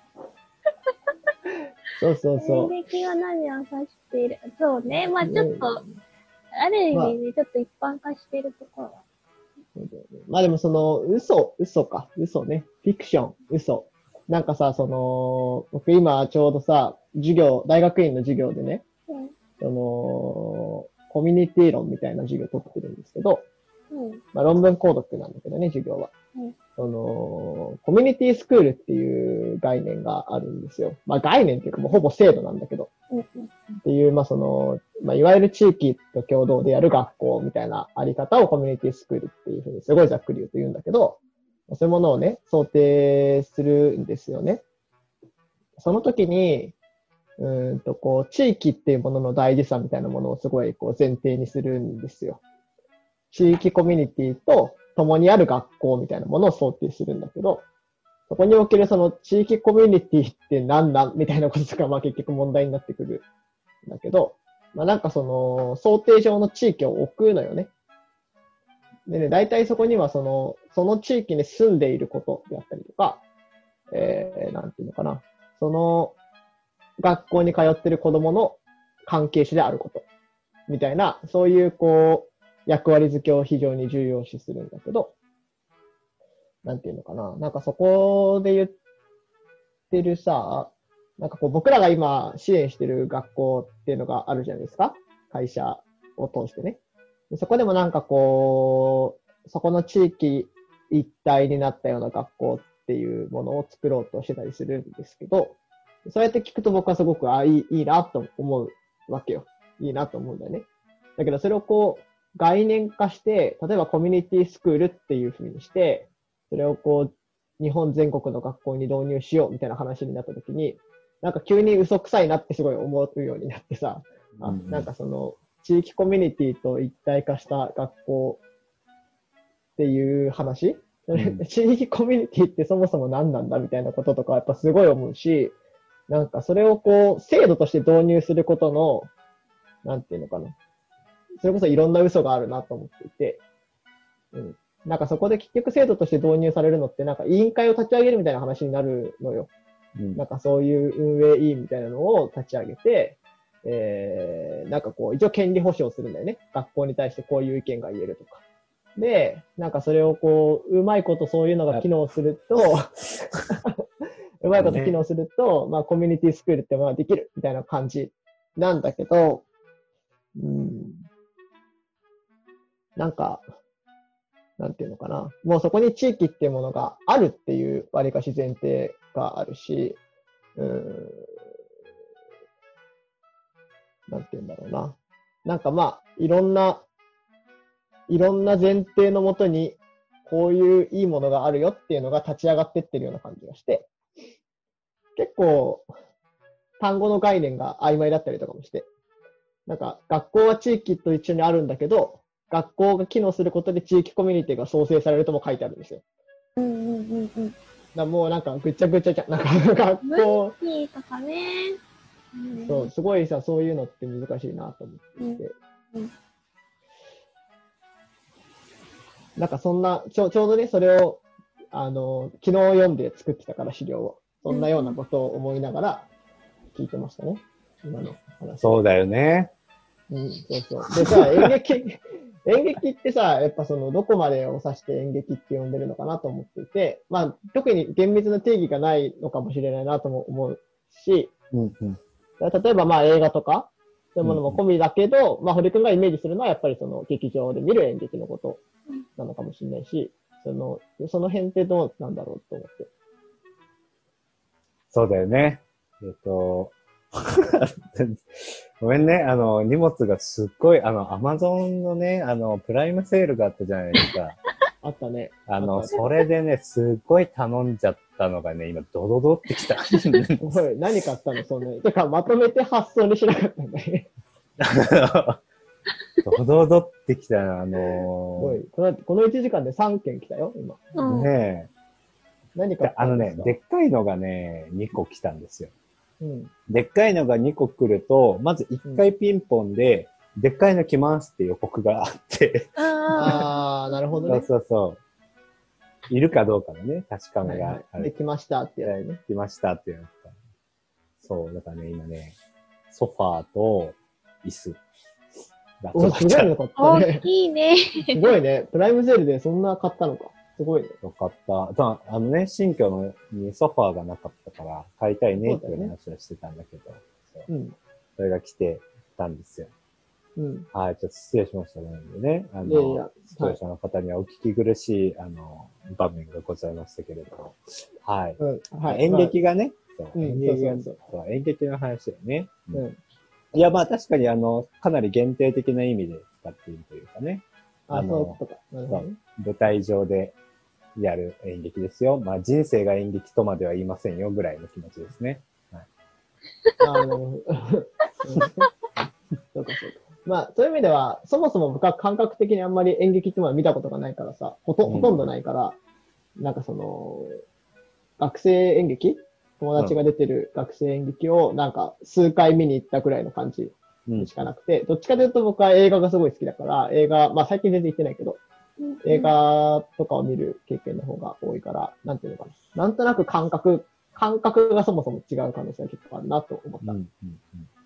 そう。 演劇は何を指している。そうね。まあちょっと、ある意味ね、ちょっと一般化しているところは。 まあでもその、嘘ね。フィクション、嘘。なんかさ、僕今ちょうどさ、大学院の授業でね、コミュニティ論みたいな授業を取ってるんですけど、まあ論文購読なんだけどね、授業は。コミュニティスクールっていう概念があるんですよ。まあ概念っていうかもうほぼ制度なんだけど。っていう、まあいわゆる地域と共同でやる学校みたいなあり方をコミュニティスクールっていうふうにすごいざっくり言うと言うんだけど、そういうものをね、想定するんですよね。その時に、地域っていうものの大事さみたいなものをすごい前提にするんですよ。 地域コミュニティと共にある学校みたいなものを想定するんだけど、そこにおけるその地域コミュニティって何なんみたいなこととか、まあ結局問題になってくるんだけど、まあなんかその想定上の地域を置くのよね。でね、大体そこにはその地域に住んでいることであったりとか、なんていうのかな。その学校に通っている子供の関係者であること。みたいな、そういうこう、役割付けを非常に重要視するんだけど、なんていうのかな。なんかそこで言ってるさ、なんかこう僕らが今支援してる学校っていうのがあるじゃないですか。会社を通してね。そこでもなんかこう、そこの地域一体になったような学校っていうものを作ろうとしてたりするんですけど、そうやって聞くと僕はすごく、いいなと思うわけよ。いいなと思うんだよね。だけどそれをこう、概念化して、例えばコミュニティスクールっていう風にして、それをこう、日本全国の学校に導入しようみたいな話になった時に、なんか急に嘘くさいなってすごい思うようになってさ、なんかその、地域コミュニティと一体化した学校っていう話、地域コミュニティってそもそも何なんだみたいなこととかやっぱすごい思うし、なんかそれをこう、制度として導入することの、なんていうのかな。それこそいろんな嘘があるなと思っていて、なんかそこで結局制度として導入されるのってなんか委員会を立ち上げるみたいな話になるのよ。なんかそういう運営委員みたいなのを立ち上げて、なんかこう一応権利保障するんだよね。学校に対してこういう意見が言えるとか。で、なんかそれをこう、うまいことそういうのが機能すると、うまいこと機能すると、まあコミュニティスクールってものができるみたいな感じなんだけど、なんか、なんていうのかな。もうそこに地域っていうものがあるっていう割りかし前提があるし、なんていうんだろうな。なんかまあ、いろんな前提のもとに、こういういいものがあるよっていうのが立ち上がってってるような感じがして、結構、単語の概念が曖昧だったりとかもして、なんか学校は地域と一緒にあるんだけど、学校が機能することで地域コミュニティが創生されるとも書いてあるんですよ。だもうなんかぐちゃぐちゃじゃん。なんか学校。 とかね。 そう、すごいさ、そういうのって難しいなと思っていて。なんかそんな、ちょうどね、それを、昨日読んで作ってたから資料を。そんなようなことを思いながら聞いてましたね。今の話。 そうだよね。 そうそう。でさ、演劇ってさ、やっぱその、どこまでを指して演劇って呼んでるのかなと思っていて、まあ、特に厳密な定義がないのかもしれないなとも思うし、例えばまあ映画とか、そういうものも込みだけど、まあ、堀くんがイメージするのはやっぱりその劇場で見る演劇のことなのかもしれないし、その辺ってどうなんだろうと思って。 そうだよね。ごめんね。荷物がすっごい、アマゾンのね、プライムセールがあったじゃないですか。 あったね。 それでね、すっごい頼んじゃったのがね、今、ドドドってきた。 すごい、何買ったのそんなに。てか、まとめて発送にしなかったんだね。 ドドドってきた、 すごい。この1時間で3件来たよ、今。 ねえ。 何買ったんですか？ でっかいのがね、2個来たんですよ。 うん、 でっかいのが2個来ると、まず1回ピンポンで、でっかいの来ますって予告があって。 ああ、なるほどね。 そう。いるかどうかのね、確かめがある。 で、来ましたってやつね。 来ましたってやつか。そう、だからね、今ね、ソファーと椅子が届いた。すごいの買ったね。 大きいね。 すごいね。プライムセールでそんな買ったのか。すごいね。 よかった。新居にソファーがなかったから、買いたいねっていう話をしてたんだけど、それが来てたんですよ。はい、ちょっと失礼しましたね。ね、視聴者の方にはお聞き苦しい、場面がございましたけれども。はい。演劇がね、演劇の話だよね。いや、まあ確かにかなり限定的な意味で使っているというかね。舞台上でやる演劇ですよ。まあ人生が演劇とまでは言いませんよぐらいの気持ちですね。はい。 そうか。 まあ、そういう意味では、そもそも僕は感覚的にあんまり演劇ってものは見たことがないからさ、ほとんどないから、なんかその、学生演劇友達が出てる学生演劇をなんか数回見に行ったくらいの感じしかなくて、どっちかというと僕は映画がすごい好きだから、映画、まあ最近全然行ってないけど、映画とかを見る経験の方が多いから、なんていうのかな。なんとなく感覚がそもそも違う可能性が結構あるなと思った。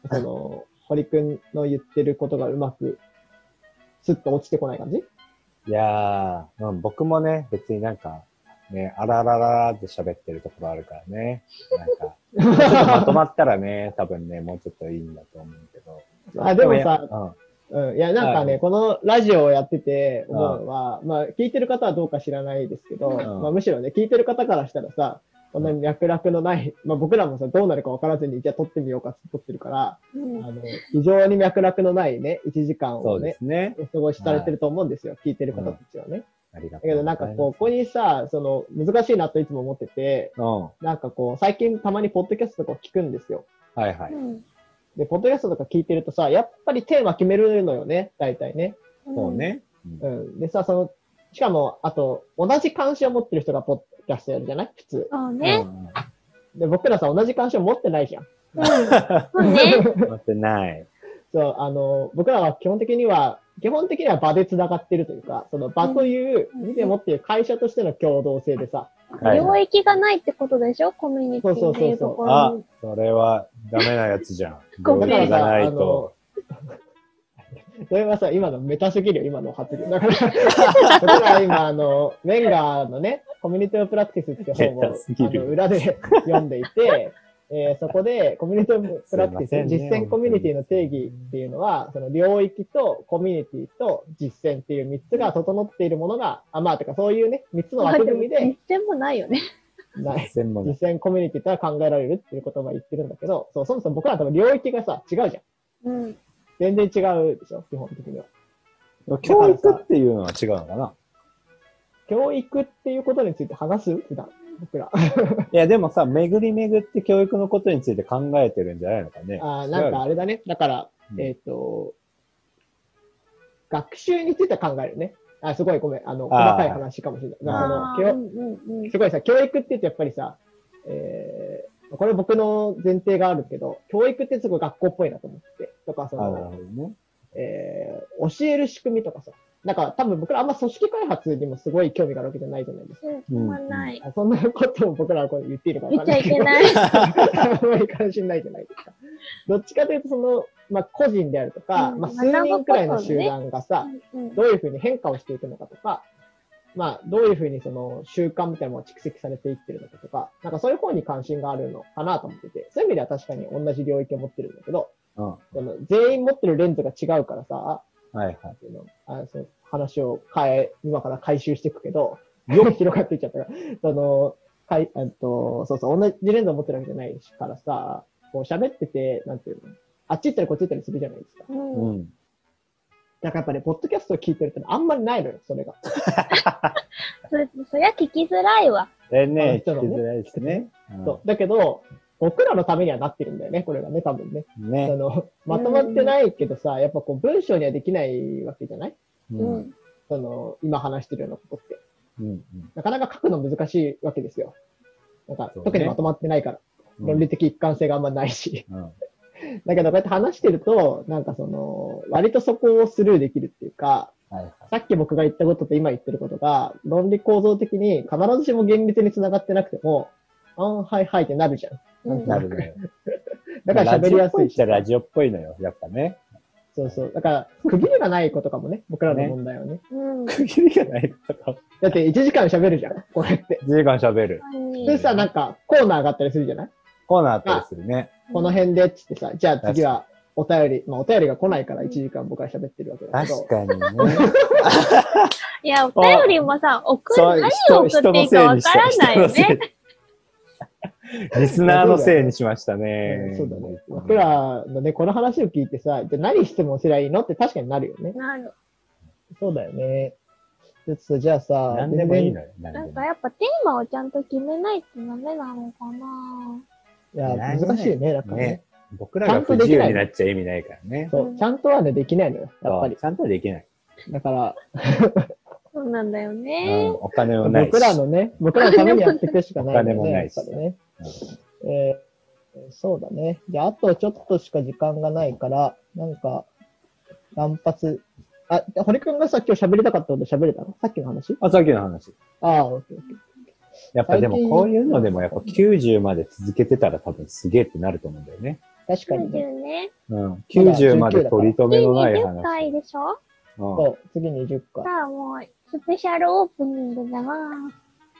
その、堀くんの言ってることがうまく、スッと落ちてこない感じ？ いやー、僕もね、別になんか、ね、あららららって喋ってるところあるからね。なんか、もうちょっとまとまったらね、多分ね、もうちょっといいんだと思うけど。 あ、でもさ、いや、なんかね、このラジオをやってて思うのは、まあ、聞いてる方はどうか知らないですけど、まあ、むしろね、聞いてる方からしたらさ、こんなに脈絡のない、まあ僕らもさ、どうなるか分からずに、じゃあ撮ってみようかって撮ってるから、非常に脈絡のないね、1時間をね、お過ごしされてると思うんですよ、聞いてる方たちはね。だけどなんかここにさ、その、難しいなといつも思ってて、なんかこう、最近たまにポッドキャストとか聞くんですよ。 はいはい。 で、ポッドキャストとか聞いてるとさ、やっぱりテーマ決めるのよね、大体ね。 そうね。 でさ、しかも、あと、同じ関心を持ってる人がポッドキャストやるじゃない普通。 そうね。 で、僕らさ、同じ関心を持ってないじゃん。 そうね。 持ってない。 そう、僕らは基本的には場で繋がってるというか、その場という意味でもっていう会社としての共同性でさ。 領域がないってことでしょコミュニティっていうところに。 それはダメなやつじゃん。 だからさ、それはさ、今のメタすぎるよ、今の発言。だから、僕ら今、メンガーのね、コミュニティオブプラクティスって本を、裏で読んでいて、そこで、コミュニティオブプラクティス、実践コミュニティの定義っていうのは、その領域とコミュニティと実践っていう3つが整っているものが、まあ、てかそういうね、3つの枠組みで、 実践もないよね。 ない。実践コミュニティとは考えられるっていう言葉を言ってるんだけど、そもそも僕らは多分領域がさ、違うじゃん。全然違うでしょ、基本的には。 教育っていうのは違うのかな？ 教育っていうことについて話す？普段、僕ら。 いや、でもさ、巡り巡って教育のことについて考えてるんじゃないのかね。 なんかあれだね。だから、学習について考えるね。すごいごめん。細かい話かもしれない。すごいさ、教育って言うとやっぱりさ、これ僕の前提があるけど、教育ってすごい学校っぽいなと思って。とか、教える仕組みとかさ。なんか多分僕らあんま組織開発にもすごい興味があるわけじゃないじゃないですか。 ない。 そんなことを僕らはこれ言っているか分かんないけど。言っちゃいけない。 あんまり関心ないじゃないですか。どっちかというとまあ個人であるとか、まあ数人くらいの集団がさ、どういうふうに変化をしていくのかとか、まあ、どういうふうにその習慣みたいなものが蓄積されていってるのかとか、なんかそういう方に関心があるのかなと思ってて、そういう意味では確かに同じ領域を持ってるんだけど、全員持ってるレンズが違うからさ、話を今から回収していくけど、広がっていっちゃったから、同じレンズを持ってるわけじゃないからさ、こう喋ってて、なんていうの、あっち行ったりこっち行ったりするじゃないですか。だからやっぱね、ポッドキャストを聞いてるってあんまりないのよ、それが。 そりゃ聞きづらいわ。 聞きづらいですね。 だけど、僕らのためにはなってるんだよね、これがね、多分ね。まとまってないけどさ、やっぱこう文章にはできないわけじゃない？今話してるようなことって。なかなか書くの難しいわけですよ。なんか、特にまとまってないから。論理的一貫性があんまないし。だけど、こうやって話してると、なんか割とそこをスルーできるっていうか、さっき僕が言ったことと今言ってることが、論理構造的に必ずしも厳密に繋がってなくても、はいはいってなるじゃん。 なるね。 だから喋りやすいし。 ラジオっぽいのよ、やっぱね。 そうそう。だから、区切りがないことかもね、僕らの問題はね。 区切りがないことか。 だって1時間喋るじゃん、これって。 1時間喋る。 でさ、なんか、コーナーがあったりするじゃない？ コーナーあったりするね。 この辺でっつってさ、じゃあ次はお便り、まあお便りが来ないから1時間僕は喋ってるわけだけど。 確かにね。 いや、お便りもさ、何を送っていいかわからないよね。 リスナーのせいにしましたね。 そうだね。僕らのね、この話を聞いてさ、じゃあ何質問すりゃいいのって確かになるよね。 なる。 そうだよね。じゃあさ、 何でもいいのよ。 なんかやっぱテーマをちゃんと決めないとダメなのかな。 いや、難しいね、だからね。 僕らが不自由になっちゃ意味ないからね。 そう、ちゃんとはね、できないのよ、やっぱり。 ちゃんとはできない。 だから、 そうなんだよね。 お金もないし。 僕らのためにやっていくしかないよね。 お金もないしやっぱりね。そうだね。じゃあ、あとちょっとしか時間がないから、なんか、乱発。あ、堀くんがさ、今日喋りたかったこと喋れたの？さっきの話？ さっきの話。 オッケーオッケー。 やっぱでもこういうのでもやっぱ90まで続けてたら多分すげえってなると思うんだよね。 確かに 90 ね。 ね。 90まで取り留めのない 20 話。 回でしょ？ そう、次20回。 さあもう、スペシャルオープニングだな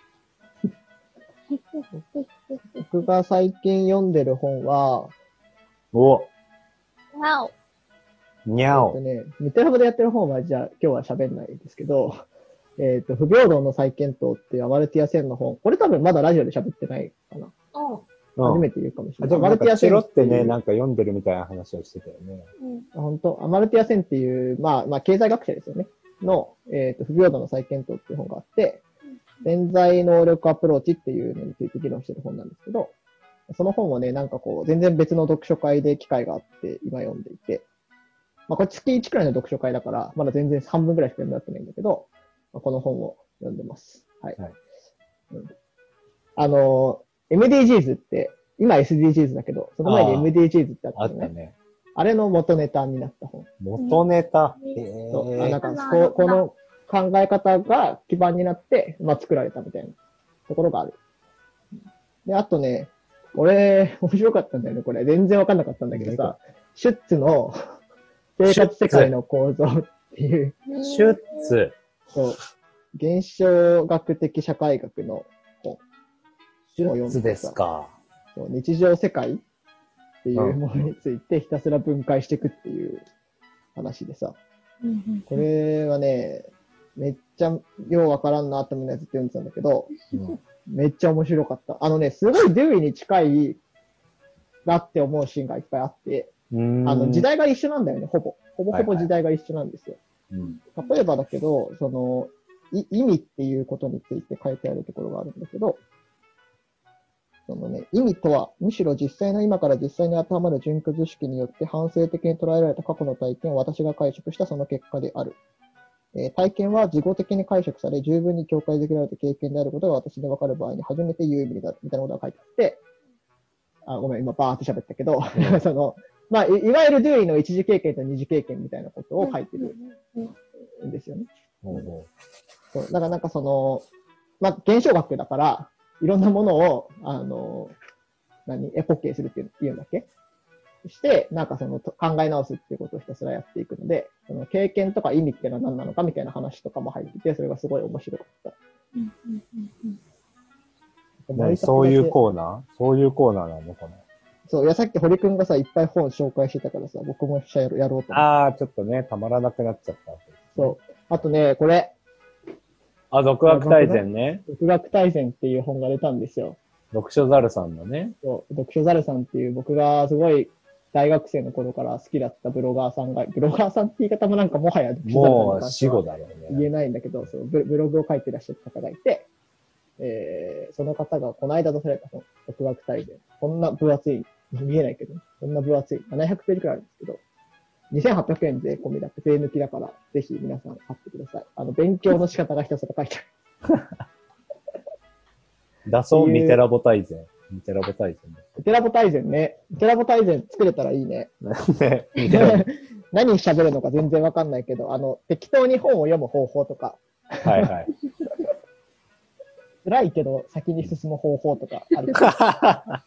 僕が最近読んでる本は、 わお。 にゃお。 ミテラボでやってる本は、じゃあ今日は喋んないですけど、不平等の再検討っていうアマルティア・センの本。これ多分まだラジオで喋ってないかな。初めて言うかもしれない。 でもアマルティア・センってね、なんか読んでるみたいな話をしてたよね。 本当アマルティア・センっていう、まあ、経済学者ですよね。の、不平等の再検討っていう本があって、潜在能力アプローチっていうのについて議論してる本なんですけど、その本をね、なんかこう、全然別の読書会で機会があって今読んでいて、まあこれ月1くらいの読書会だから、まだ全然半分くらいしか読んでなってないんだけど、この本を読んでます。はい。MDGs って、今 SDGs だけど、その前に MDGs ってあったのね。あれの元ネタになった本。 元ネタそう。なんかこの考え方が基盤になって、まあ作られたみたいなところがある。で、あとね、俺、面白かったんだよね、これ。全然わかんなかったんだけどさ、シュッツの生活世界の構造っていう。 シュッツ。 そう。現象学的社会学の本。 シュッツですか。 そう、日常世界っていうものについてひたすら分解していくっていう話でさ。これはね、めっちゃようわからんなって思うやつって読んでたんだけど、めっちゃ面白かった。すごいデューイに近いなって思うシーンがいっぱいあって、時代が一緒なんだよね、ほぼ時代が一緒なんですよ。例えばだけど、意味っていうことについて書いてあるところがあるんだけど、意味とは、むしろ実際の今から実際に当てはまる準拠図式によって反省的に捉えられた過去の体験を私が解釈したその結果である。体験は自己的に解釈され、十分に境界づけられた経験であることが私で分かる場合に初めて有意味だ、みたいなことが書いてあって、ごめん、今バーって喋ったけど、まあ、いわゆるデューイの一次経験と二次経験みたいなことを書いてるんですよね。そうだからなんかまあ、現象学だから、いろんなものを、エポッケーするっていうんだっけして、なんか考え直すっていうことをひたすらやっていくので、経験とか意味っていうのは何なのかみたいな話とかも入ってて、それがすごい面白かった。 そういうコーナーなのかな。 そう、いや、さっき堀くんがさ、いっぱい本紹介してたからさ、僕もやろうと思って。 ちょっとね、たまらなくなっちゃった。 そう。あとね、これ。 独学大全ね。 独学大全っていう本が出たんですよ。 読書ザルさんのね。 そう、読書ザルさんっていう僕がすごい大学生の頃から好きだったブロガーさんって言い方もなんかもはや読書ザルさんもう死後だろうね。 言えないんだけど、そうブログを書いてらっしゃった方がいて、その方がこの間出された本、独学大全。こんな分厚い、見えないけど、こんな分厚い、700ページくらいあるんですけど、2800円税込みだって税抜きだから、ぜひ皆さん買ってください。勉強の仕方がひたすら書いてある。 だそう、ミテラボ大全。ミテラボ大全ね。ミテラボ大全作れたらいいね。何喋るのか全然わかんないけど、適当に本を読む方法とか。 はいはい。 辛いけど先に進む方法とかあるから。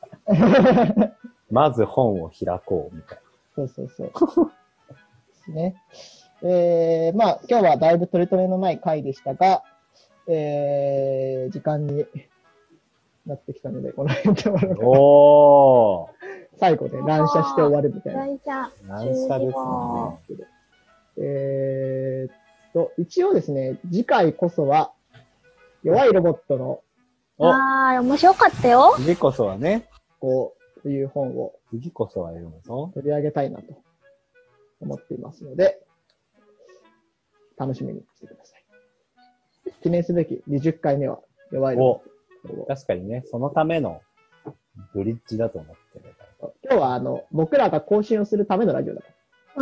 まず本を開こうみたいな。そう。ですね。まあ今日はだいぶ取り留めのない回でしたが、時間になってきたので、この辺で終わるかな。最後で乱射して終わるみたいな。 乱射ですね。一応ですね、次回こそは、弱いロボットの。 面白かったよ。 次こそはね。 こういう本を。 次こそは読むぞ。 取り上げたいなと思っていますので、楽しみにしてください。記念すべき20回目は弱いロボット。 確かにね、そのためのブリッジだと思ってる。 要は僕らが更新をするためのラジオだから。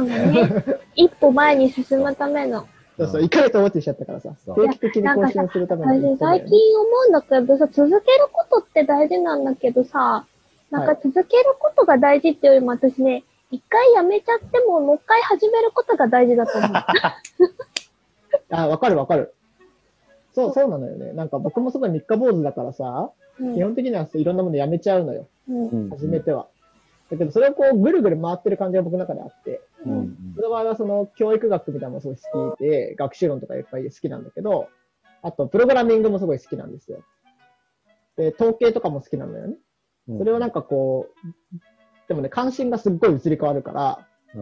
そうだね。一歩前に進むための。 そうそう、1ヶ月落ちしちゃったからさ、定期的に更新をするための、 ね。最近思うんだけどさ、続けることって大事なんだけどさ、なんか続けることが大事っていうよりも私ね、一回やめちゃってももう一回始めることが大事だと思う。 わかるわかる。そうなのよね。なんか僕もすごい三日坊主だからさ、基本的にはいろんなものやめちゃうのよ。初めては。だけどそれをこうぐるぐる回ってる感じが僕の中であって、その場合はその教育学みたいなのもすごい好きで、学習論とかいっぱい好きなんだけど、あとプログラミングもすごい好きなんですよ。で、統計とかも好きなんだよね。それをなんかこう、でもね、関心がすっごい移り変わるから、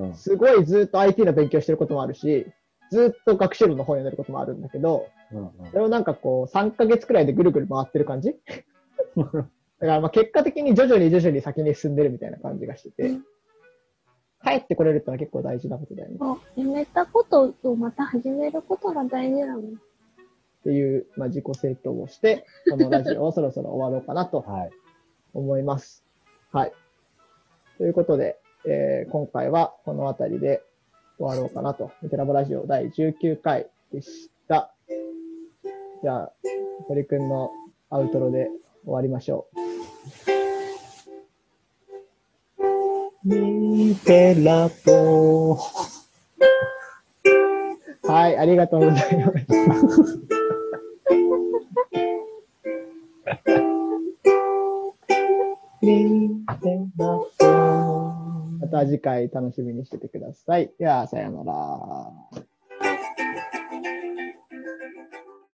すごいずっと IT の勉強してることもあるし、ずっと学習論の本読んでることもあるんだけど、それをなんかこう、3ヶ月くらいでぐるぐる回ってる感じだからまあ結果的に徐々に先に進んでるみたいな感じがしてて、帰ってこれるってのは結構大事なことだよね。 やめたことをまた始めることが大事なの。 っていう、まあ、自己正当をして、このラジオをそろそろ終わろうかなと思います。はい。ということで、今回はこの辺りで終わろうかなと。ミテラボラジオ第19回でした。じゃあ、堀くんのアウトロで終わりましょう。ミテラボ。 はい、ありがとうございます。また次回楽しみにしててください。では、さよなら。